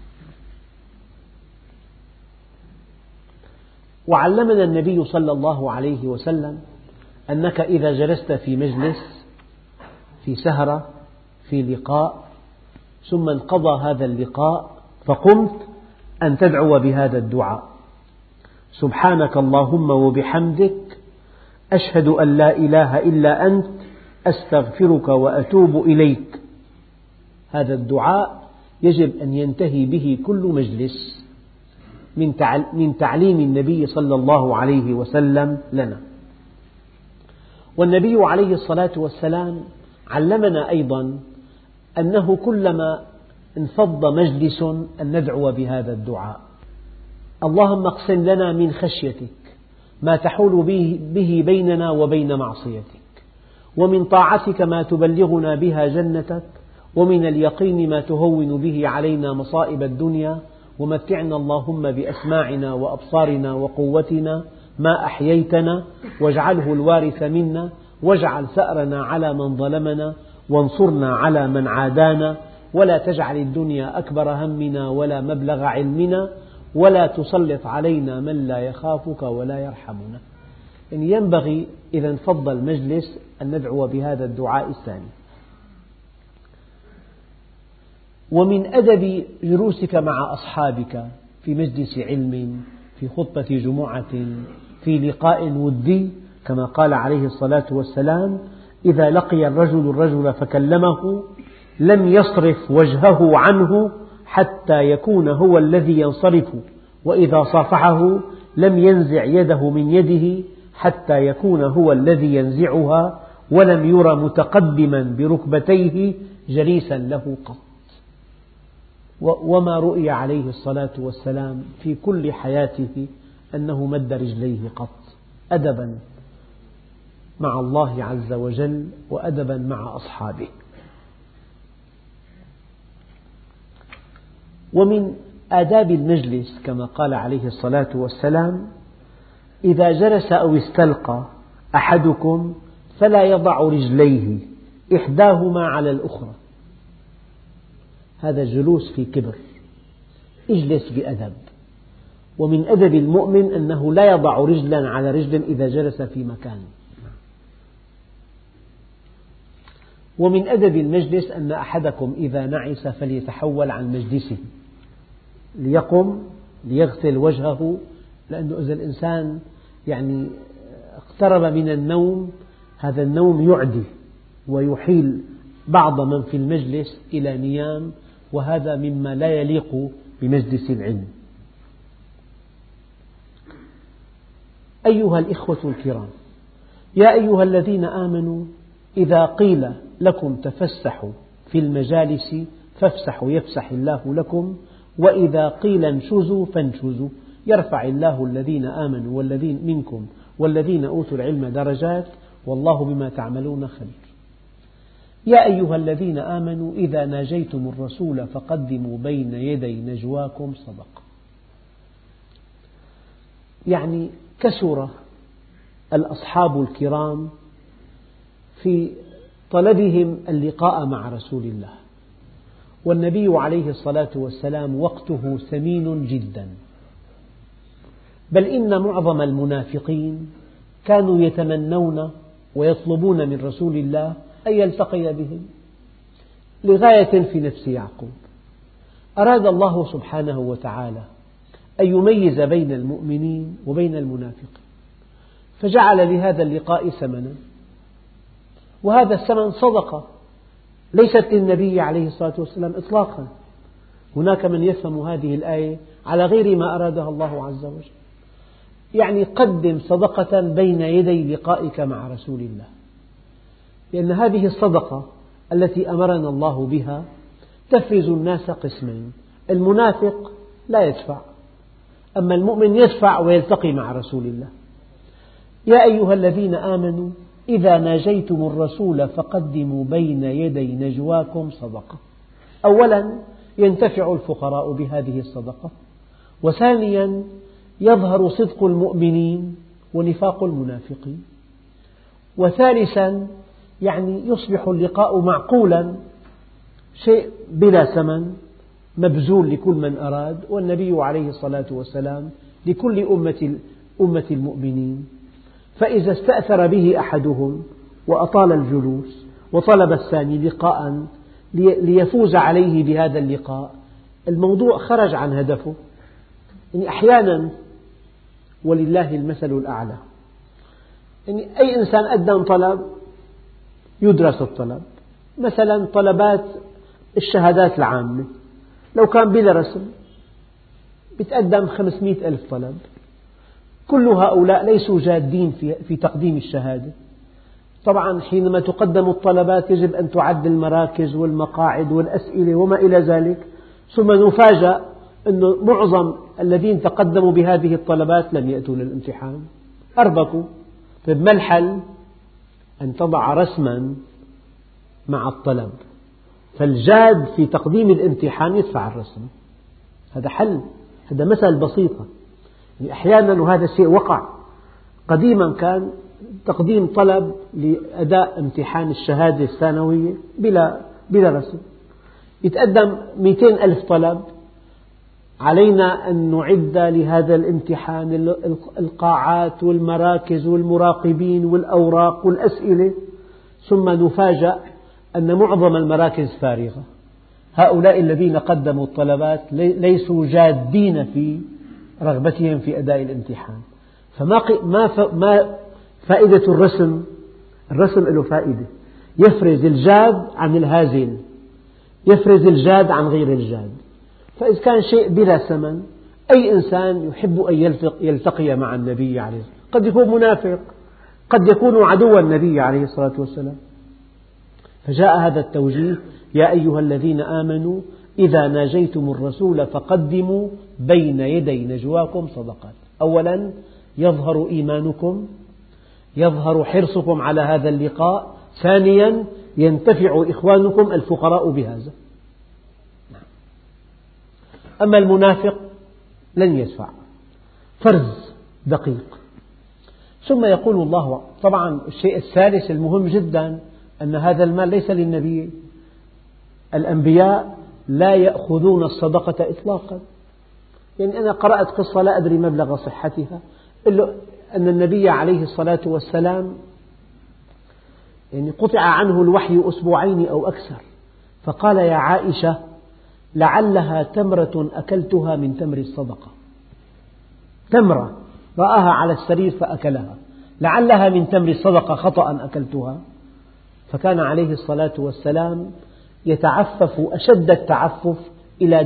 وعلمنا النبي صلى الله عليه وسلم أنك إذا جلست في مجلس، في سهرة، في لقاء، ثم انقضى هذا اللقاء فقمت أن تدعو بهذا الدعاء: سبحانك اللهم وبحمدك أشهد أن لا إله إلا أنت أستغفرك وأتوب إليك. هذا الدعاء يجب أن ينتهي به كل مجلس من تعليم النبي صلى الله عليه وسلم لنا. والنبي عليه الصلاة والسلام علمنا أيضا أنه كلما انفض مجلس أن ندعو بهذا الدعاء: اللهم اقسم لنا من خشيتك ما تحول به بيننا وبين معصيتك، ومن طاعتك ما تبلغنا بها جنتك، ومن اليقين ما تهون به علينا مصائب الدنيا، ومتعنا اللهم بأسماعنا وأبصارنا وقوتنا ما أحييتنا، واجعله الوارث منا، واجعل ثأرنا على من ظلمنا، وانصرنا على من عادانا، ولا تجعل الدنيا أكبر همنا ولا مبلغ علمنا، ولا تسلط علينا من لا يخافك ولا يرحمنا. يعني ينبغي إذا انفض المجلس أن ندعو بهذا الدعاء الثاني. ومن أدب جلوسك مع أصحابك في مجلس علم، في خطبة جمعة، في لقاء ودي، كما قال عليه الصلاة والسلام: إذا لقي الرجل فكلمه لم يصرف وجهه عنه حتى يكون هو الذي ينصرف، وإذا صافحه لم ينزع يده من يده حتى يكون هو الذي ينزعها، ولم ير متقدما بركبتيه جليسا له قط. وما رؤي عليه الصلاة والسلام في كل حياته أنه مد رجليه قط، أدبا مع الله عز وجل وأدبا مع أصحابه. ومن آداب المجلس كما قال عليه الصلاة والسلام: إذا جلس أو استلقى أحدكم فلا يضع رجليه إحداهما على الأخرى. هذا الجلوس في كبر، اجلس بأدب. ومن أدب المؤمن أنه لا يضع رجلا على رجل إذا جلس في مكان. ومن أدب المجلس أن أحدكم إذا نعس فليتحول عن مجلسه، ليقم ليغسل وجهه، لأنه إذا الإنسان اقترب من النوم، هذا النوم يعدي ويحيل بعض من في المجلس إلى نيام، وهذا مما لا يليق بمجلس العلم. أيها الإخوة الكرام، يا أيها الذين آمنوا إذا قيل لكم تفسحوا في المجالس فافسحوا يفسح الله لكم، وإذا قيل انشزوا فانشزوا يرفع الله الذين آمنوا والذين منكم والذين أوتوا العلم درجات والله بما تعملون خبير. يا أيها الذين آمنوا إذا ناجيتم الرسول فقدموا بين يدي نجواكم صدقة. يعني كثر الأصحاب الكرام في طلبهم اللقاء مع رسول الله، والنبي عليه الصلاة والسلام وقته ثمين جدا، بل إن معظم المنافقين كانوا يتمنون ويطلبون من رسول الله أن يلتقي بهم لغاية في نفس يعقوب. أراد الله سبحانه وتعالى أن يميز بين المؤمنين وبين المنافقين، فجعل لهذا اللقاء ثمنا، وهذا الثمن صدقة ليست للنبي عليه الصلاة والسلام إطلاقا. هناك من يفهم هذه الآية على غير ما أرادها الله عز وجل، يعني قدم صدقة بين يدي لقائك مع رسول الله، لأن هذه الصدقة التي أمرنا الله بها تفرز الناس قسمين: المنافق لا يدفع، أما المؤمن يدفع ويلتقي مع رسول الله. يا أيها الذين آمنوا إذا ناجيتم الرسول فقدموا بين يدي نجواكم صدقة. أولا ينتفع الفقراء بهذه الصدقة، وثانيا يظهر صدق المؤمنين ونفاق المنافقين، وثالثا يعني يصبح اللقاء معقولا، شيء بلا ثمن مبذول لكل من أراد، والنبي عليه الصلاة والسلام لكل أمة المؤمنين. فإذا استأثر به أحدهم وأطال الجلوس وطلب الثاني لقاء ليفوز عليه بهذا اللقاء، الموضوع خرج عن هدفه. يعني أحيانا ولله المثل الأعلى، يعني أي إنسان قدم طلب يدرس الطلب، مثلا طلبات الشهادات العامة لو كان بلا رسم يتقدم 500 ألف طلب، كل هؤلاء ليسوا جادين في تقديم الشهادة. طبعا حينما تقدم الطلبات يجب أن تعد المراكز والمقاعد والأسئلة وما إلى ذلك، ثم نفاجأ أن معظم الذين تقدموا بهذه الطلبات لم يأتوا للامتحان، أربكوا. طيب ما الحل؟ أن تضع رسما مع الطلب، فالجاد في تقديم الامتحان يدفع الرسم. هذا حل، هذا مثل بسيطة. يعني أحيانا وهذا الشيء وقع قديما، كان تقديم طلب لأداء امتحان الشهادة الثانوية بلا رسم، يتقدم 200 ألف طلب، علينا أن نعد لهذا الامتحان القاعات والمراكز والمراقبين والأوراق والأسئلة، ثم نفاجأ أن معظم المراكز فارغة. هؤلاء الذين قدموا الطلبات ليسوا جادين في رغبتهم في أداء الامتحان. فما فائدة الرسم؟ الرسم له فائدة، يفرز الجاد عن الهازل، يفرز الجاد عن غير الجاد. فإذا كان شيء بلا ثمن، أي إنسان يحب أن يلتقي مع النبي عليه الصلاة والسلام، قد يكون منافق، قد يكون عدو النبي عليه الصلاة والسلام. فجاء هذا التوجيه: يا أيها الذين آمنوا إذا ناجيتم الرسول فقدموا بين يدي نجواكم صدقات. أولا يظهر إيمانكم، يظهر حرصكم على هذا اللقاء، ثانيا ينتفع إخوانكم الفقراء بهذا. أما المنافق لن يدفع، فرز دقيق. ثم يقول الله، طبعا الشيء الثالث المهم جدا أن هذا المال ليس للنبي، الأنبياء لا يأخذون الصدقة إطلاقا. يعني أنا قرأت قصة لا أدري مبلغ صحتها، أن النبي عليه الصلاة والسلام يعني قطع عنه الوحي أسبوعين أو أكثر، فقال: يا عائشة لعلها تمرة أكلتها من تمر الصدقة. تمرة رآها على السرير فأكلها، لعلها من تمر الصدقة خطأ أكلتها. فكان عليه الصلاة والسلام يتعفف أشد التعفف إلى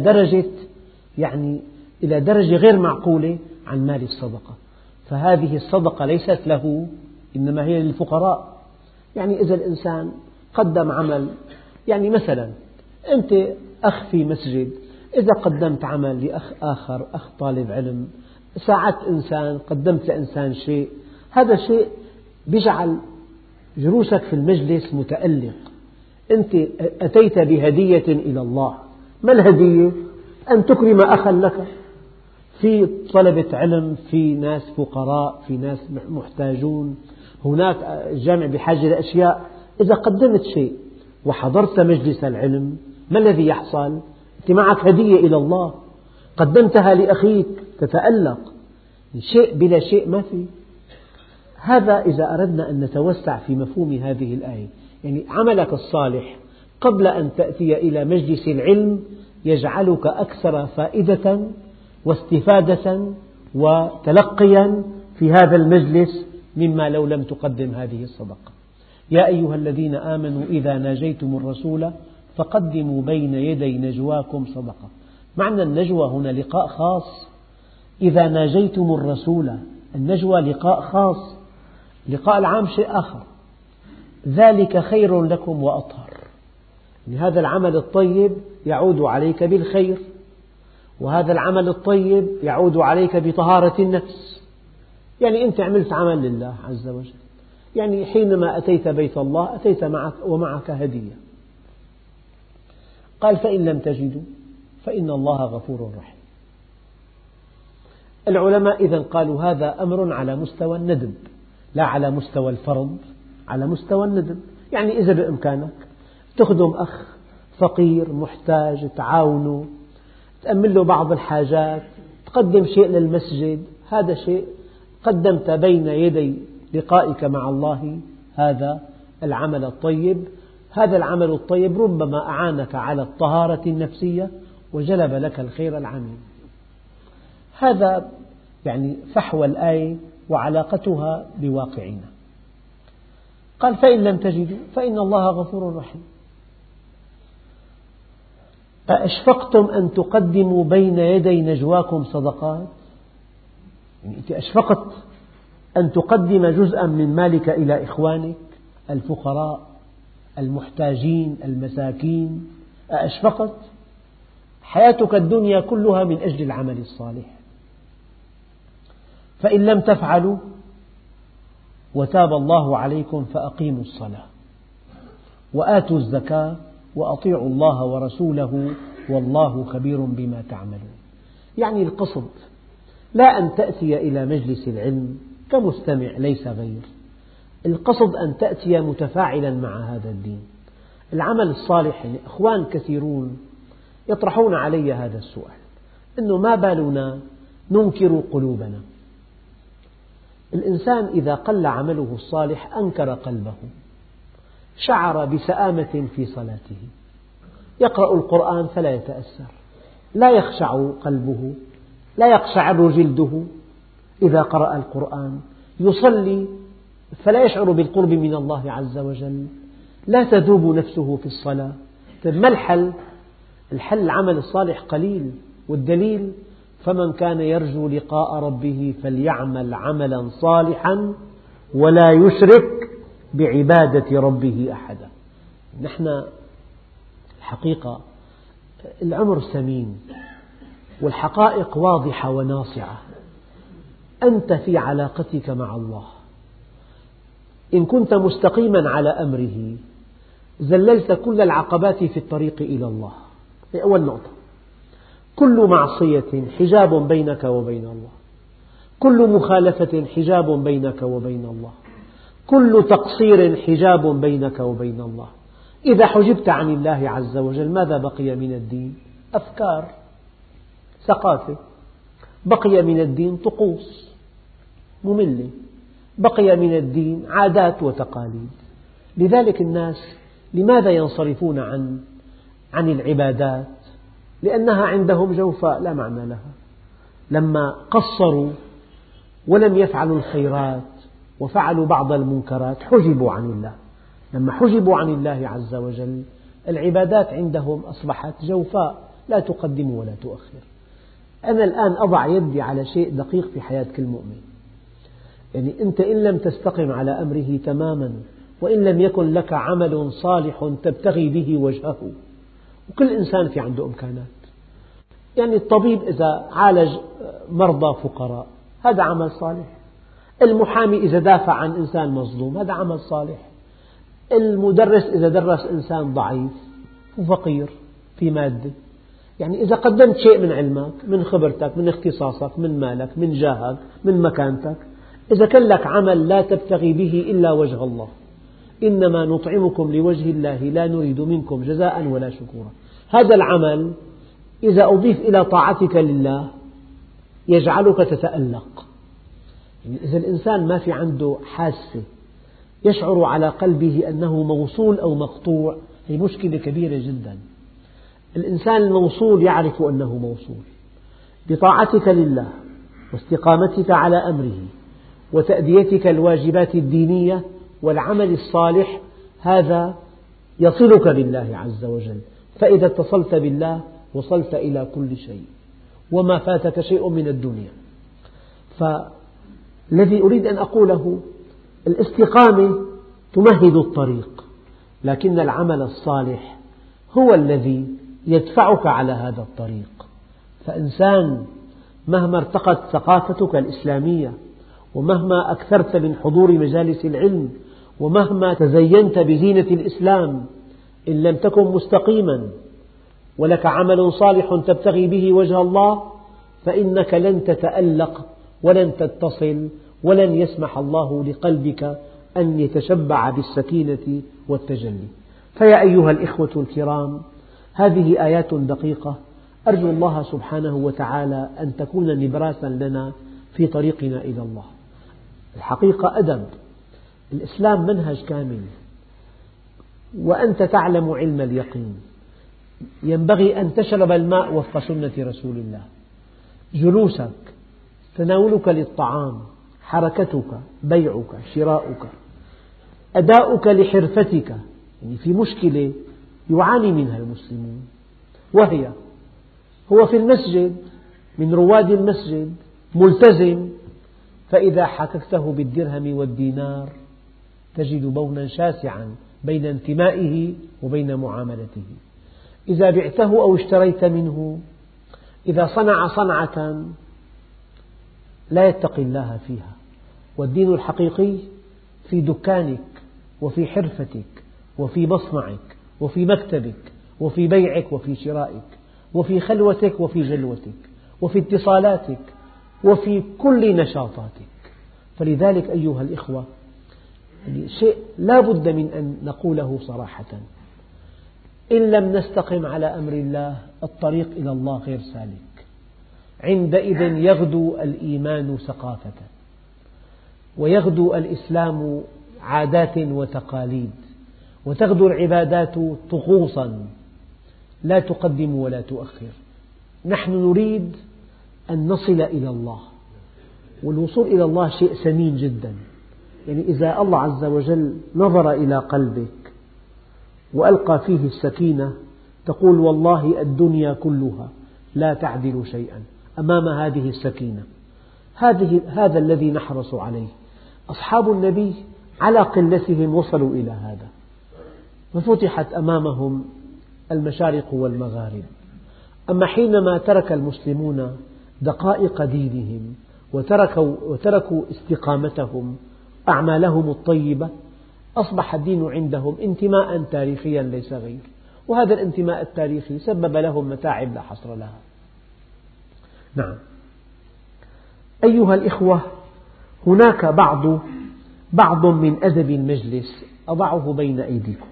درجة غير معقولة عن مال الصدقة. فهذه الصدقة ليست له، إنما هي للفقراء. يعني إذا الإنسان قدم عمل، يعني مثلا أنت أخ في مسجد، إذا قدمت عمل لأخ آخر، أخ طالب علم، ساعدت إنسان، قدمت لإنسان شيء، هذا الشيء يجعل جلوسك في المجلس متألق. أنت أتيت بهدية إلى الله. ما الهدية؟ أن تكرم أخا لك، في طلبة علم، في ناس فقراء، في ناس محتاجون، هناك الجامع بحاجة لأشياء. إذا قدمت شيء وحضرت مجلس العلم، ما الذي يحصل؟ أنت معك هدية إلى الله، قدمتها لأخيك، تتألق. شيء بلا شيء ما في. هذا إذا أردنا أن نتوسع في مفهوم هذه الآية، يعني عملك الصالح قبل أن تأتي إلى مجلس العلم يجعلك أكثر فائدة واستفادة وتلقيا في هذا المجلس مما لو لم تقدم هذه الصدقة. يا أيها الذين آمنوا إذا ناجيتم الرسول فقدموا بين يدي نجواكم صدقة. معنى النجوى هنا لقاء خاص. إذا ناجيتم الرسول، النجوى لقاء خاص، لقاء العام شيء آخر. ذلك خير لكم وأطهر. هذا العمل الطيب يعود عليك بالخير، وهذا العمل الطيب يعود عليك بطهارة النفس. يعني أنت عملت عمل لله عز وجل، يعني حينما أتيت بيت الله أتيت ومعك هدية. قال فإن لم تجدوا فإن الله غفور رحيم. العلماء إذن قالوا هذا أمر على مستوى الندب، لا على مستوى الفرض، على مستوى الندب. يعني إذا بإمكانك تخدم أخ فقير محتاج، تعاونه، تأمن له بعض الحاجات، تقدم شيء للمسجد، هذا شيء قدمت بين يدي لقائك مع الله، هذا العمل الطيب. هذا العمل الطيب ربما أعانك على الطهارة النفسية وجلب لك الخير العميم. هذا يعني فحوى الآية وعلاقتها بواقعنا. قال فإن لم تجدوا فإن الله غفور رحيم. أأشفقتم أن تقدموا بين يدي نجواكم صدقات؟ يعني أنت أشفقت أن تقدم جزءا من مالك إلى إخوانك الفقراء المحتاجين المساكين؟ أأشفقت؟ حياتك الدنيا كلها من أجل العمل الصالح. فإن لم تفعلوا وتاب الله عليكم فأقيموا الصلاة وآتوا الزكاة وأطيعوا الله ورسوله والله خبير بما تعملون. يعني القصد لا أن تأتي إلى مجلس العلم كمستمع ليس غير، القصد أن تأتي متفاعلا مع هذا الدين. العمل الصالح، يعني أخوان كثيرون يطرحون علي هذا السؤال، أنه ما بالنا ننكر قلوبنا. الإنسان إذا قل عمله الصالح أنكر قلبه، شعر بسآمة في صلاته، يقرأ القرآن فلا يتأثر، لا يخشع قلبه، لا يقشعر جلده إذا قرأ القرآن، يصلي فلا يشعر بالقرب من الله عز وجل، لا تذوب نفسه في الصلاة. ما الحل؟ الحل العمل الصالح قليل، والدليل فمن كان يرجو لقاء ربه فليعمل عملا صالحا ولا يشرك بعبادة ربه أحدا. نحن الحقيقة العمر ثمين والحقائق واضحة وناصعة. أنت في علاقتك مع الله إن كنت مستقيما على أمره زللت كل العقبات في الطريق إلى الله. أول نقطة، كل معصية حجاب بينك وبين الله، كل مخالفة حجاب بينك وبين الله، كل تقصير حجاب بينك وبين الله. إذا حجبت عن الله عز وجل ماذا بقي من الدين؟ أفكار، ثقافة. بقي من الدين طقوس مملة، بقي من الدين عادات وتقاليد. لذلك الناس لماذا ينصرفون عن العبادات؟ لأنها عندهم جوفاء لا معنى لها. لما قصروا ولم يفعلوا الخيرات وفعلوا بعض المنكرات حجبوا عن الله. لما حجبوا عن الله عز وجل العبادات عندهم أصبحت جوفاء لا تقدم ولا تؤخر. أنا الآن أضع يدي على شيء دقيق في حياة كل مؤمن، يعني أنت إن لم تستقم على أمره تماما، وإن لم يكن لك عمل صالح تبتغي به وجهه، وكل إنسان في عنده إمكانات. يعني الطبيب إذا عالج مرضى فقراء هذا عمل صالح، المحامي إذا دافع عن إنسان مظلوم هذا عمل صالح، المدرس إذا درس إنسان ضعيف وفقير في مادة، يعني إذا قدمت شيء من علمك، من خبرتك، من اختصاصك، من مالك، من جاهك، من مكانتك، إذا كان لك عمل لا تبتغي به إلا وجه الله، إنما نطعمكم لوجه الله لا نريد منكم جزاء ولا شكورا، هذا العمل إذا أضيف إلى طاعتك لله يجعلك تتألق. يعني إذا الإنسان ما في عنده حاسة يشعر على قلبه أنه موصول أو مقطوع، هي مشكلة كبيرة جدا. الإنسان الموصول يعرف أنه موصول بطاعتك لله واستقامتك على أمره وتأديتك الواجبات الدينية والعمل الصالح، هذا يصلك بالله عز وجل، فإذا اتصلت بالله وصلت إلى كل شيء وما فاتك شيء من الدنيا. فالذي أريد أن أقوله الاستقامة تمهد الطريق، لكن العمل الصالح هو الذي يدفعك على هذا الطريق. فإنسان مهما ارتقت ثقافتك الإسلامية ومهما أكثرت من حضور مجالس العلم ومهما تزينت بزينة الإسلام، إن لم تكن مستقيما ولك عمل صالح تبتغي به وجه الله فإنك لن تتألق ولن تتصل ولن يسمح الله لقلبك أن يتشبع بالسكينة والتجلي. فيا أيها الإخوة الكرام، هذه آيات دقيقة أرجو الله سبحانه وتعالى أن تكون نبراسا لنا في طريقنا إلى الله. الحقيقة أدب، الإسلام منهج كامل، وأنت تعلم علم اليقين، ينبغي أن تشرب الماء وفق سنة رسول الله، جلوسك، تناولك للطعام، حركتك، بيعك، شراؤك، أداؤك لحرفتك. يعني في مشكلة يعاني منها المسلمون، وهي هو في المسجد من رواد المسجد ملتزم، فإذا حككته بالدرهم والدينار تجد بونا شاسعا بين انتمائه وبين معاملته. إذا بعته أو اشتريت منه، إذا صنع صنعة لا يتقي الله فيها. والدين الحقيقي في دكانك وفي حرفتك وفي مصنعك وفي مكتبك وفي بيعك وفي شرائك وفي خلوتك وفي جلوتك وفي اتصالاتك وفي كل نشاطاتك. فلذلك أيها الإخوة، شيء لا بد من أن نقوله صراحة: إن لم نستقم على أمر الله الطريق إلى الله غير سالك. عندئذ يغدو الإيمان ثقافة، ويغدو الإسلام عادات وتقاليد، وتغدو العبادات طقوسا لا تقدم ولا تؤخر. نحن نريد أن نصل إلى الله، والوصول إلى الله شيء ثمين جدا. يعني إذا الله عز وجل نظر إلى قلبك وألقى فيه السكينة تقول والله الدنيا كلها لا تعدل شيئا أمام هذه السكينة. هذا الذي نحرص عليه. أصحاب النبي على قلتهم وصلوا إلى هذا، ففتحت أمامهم المشارق والمغارب. أما حينما ترك المسلمون دقائق دينهم وتركوا استقامتهم، أعمالهم الطيبة، أصبح الدين عندهم انتماء تاريخيا ليس غير، وهذا الانتماء التاريخي سبب لهم متاعب لا حصر لها. نعم أيها الإخوة، هناك بعض من أدب المجلس أضعه بين أيديكم.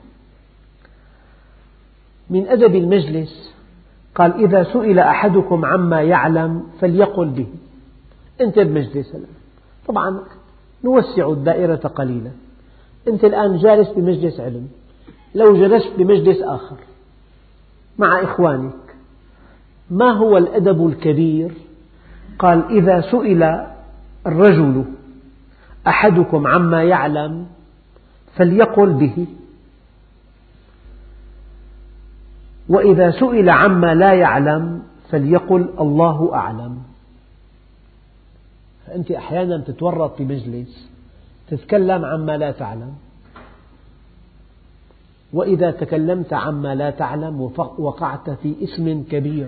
من أدب المجلس قال: إذا سئل أحدكم عما يعلم فليقل به. أنت بمجلس، طبعا نوسع الدائرة قليلا، أنت الآن جالس بمجلس علم، لو جلست بمجلس آخر مع إخوانك، ما هو الأدب الكبير؟ قال: إذا سئل الرجل أحدكم عما يعلم فليقل به، وإذا سئل عما لا يعلم فليقل الله أعلم. فأنت أحيانا تتورط بمجلس تتكلم عما لا تعلم، وإذا تكلمت عما لا تعلم وقعت في إثم كبير.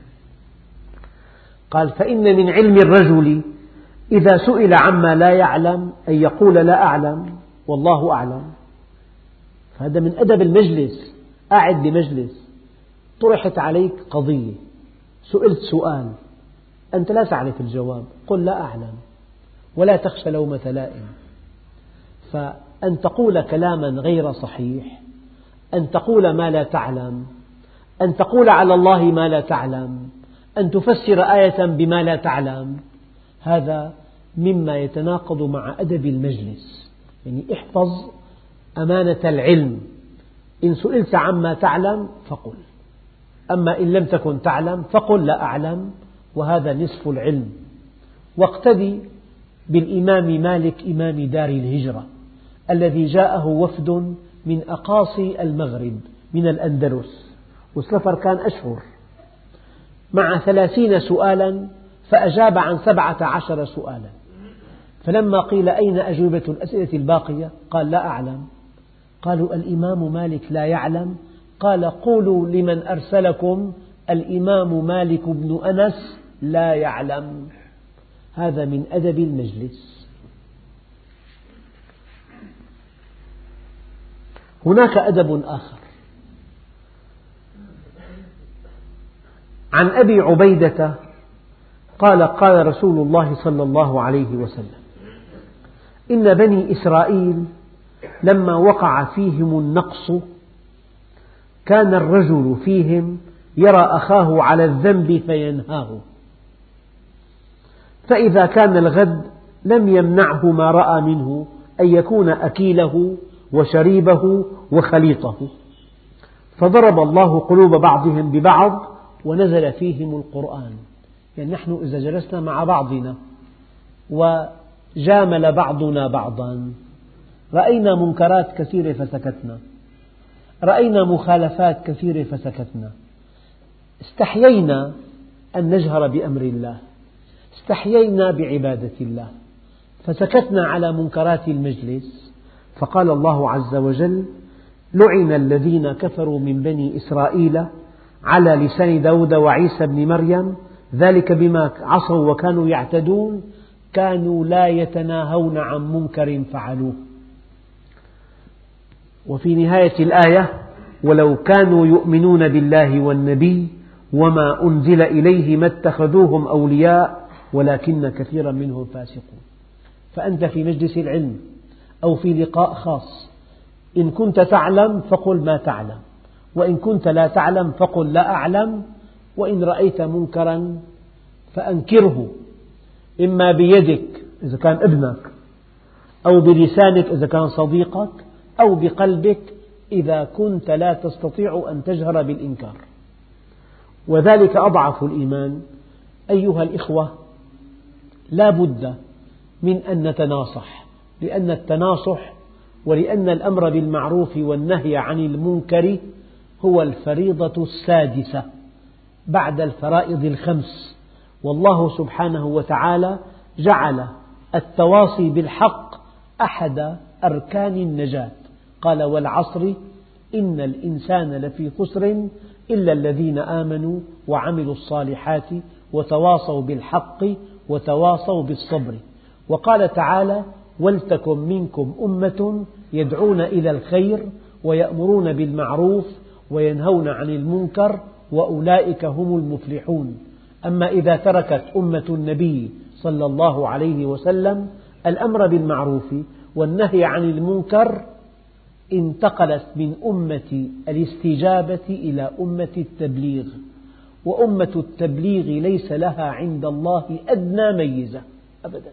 قال: فإن من علم الرجل إذا سئل عما لا يعلم أن يقول لا أعلم والله أعلم. هذا من أدب المجلس. قاعد بمجلس طرحت عليك قضية، سئلت سؤال، أنت لا تعرف الجواب، قل لا أعلم ولا تخشى لومة لائم. فأن تقول كلاما غير صحيح، أن تقول ما لا تعلم، أن تقول على الله ما لا تعلم، أن تفسر آية بما لا تعلم، هذا مما يتناقض مع أدب المجلس. يعني احفظ أمانة العلم، إن سئلت عما تعلم فقل، أما إن لم تكن تعلم فقل لا أعلم، وهذا نصف العلم. واقتدي بالإمام مالك إمام دار الهجرة الذي جاءه وفد من أقاصي المغرب من الأندلس، والسفر كان أشهر، مع 30 سؤالا فأجاب عن 17 سؤالا. فلما قيل أين أجوبة الأسئلة الباقية قال لا أعلم. قالوا الإمام مالك لا يعلم؟ قال قولوا لمن أرسلكم الإمام مالك بن أنس لا يعلم. هذا من أدب المجلس. هناك أدب آخر عن أبي عبيدة قال قال رسول الله صلى الله عليه وسلم: إن بني إسرائيل لما وقع فيهم النقص كان الرجل فيهم يرى أخاه على الذنب فينهاه، فإذا كان الغد لم يمنعه ما رأى منه أن يكون أكيله وشريبه وخليطه، فضرب الله قلوب بعضهم ببعض ونزل فيهم القرآن. يعني نحن إذا جلسنا مع بعضنا وجامل بعضنا بعضا رأينا منكرات كثيرة فسكتنا، رأينا مخالفات كثيرة فسكتنا، استحيينا أن نجهر بأمر الله، استحيينا بعبادة الله، فسكتنا على منكرات المجلس. فقال الله عز وجل: لعن الذين كفروا من بني إسرائيل على لسان داود وعيسى بن مريم ذلك بما عصوا وكانوا يعتدون كانوا لا يتناهون عن منكر فعلوه. وفي نهاية الآية: ولو كانوا يؤمنون بالله والنبي وما أنزل إليه ما اتخذوهم أولياء ولكن كثيرا منهم فاسقون. فأنت في مجلس العلم أو في لقاء خاص، إن كنت تعلم فقل ما تعلم، وإن كنت لا تعلم فقل لا أعلم، وإن رأيت منكرا فأنكره، إما بيدك إذا كان ابنك، أو بلسانك إذا كان صديقك، أو بقلبك إذا كنت لا تستطيع أن تجهر بالإنكار، وذلك أضعف الإيمان. أيها الإخوة، لا بد من أن نتناصح، لأن التناصح ولأن الأمر بالمعروف والنهي عن المنكر هو الفريضة السادسة بعد الفرائض الخمس، والله سبحانه وتعالى جعل التواصي بالحق أحد أركان النجاة، قال: والعصر إن الإنسان لفي خسر إلا الذين آمنوا وعملوا الصالحات وتواصوا بالحق وتواصوا بالصبر. وقال تعالى: ولتكن منكم أمة يدعون إلى الخير ويأمرون بالمعروف وينهون عن المنكر وأولئك هم المفلحون. أما إذا تركت أمة النبي صلى الله عليه وسلم الأمر بالمعروف والنهي عن المنكر انتقلت من أمة الاستجابة إلى أمة التبليغ، وأمة التبليغ ليس لها عند الله أدنى ميزة أبدا.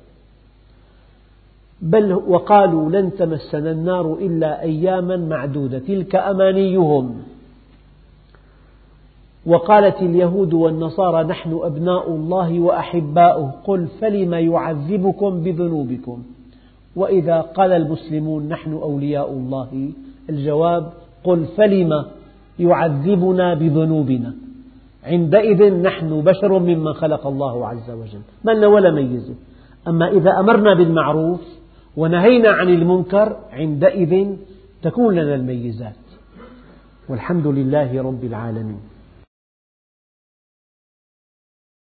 بل وقالوا لن تمسنا النار إلا أياما معدودة تلك أمانيهم، وقالت اليهود والنصارى نحن أبناء الله وأحباؤه قل فلم يعذبكم بذنوبكم. وإذا قال المسلمون نحن أولياء الله، الجواب: قل فلم يعذبنا بذنوبنا، عندئذ نحن بشر ممن خلق الله عز وجل، ما لنا ولا ميزة. أما إذا أمرنا بالمعروف ونهينا عن المنكر عندئذ تكون لنا الميزات. والحمد لله رب العالمين.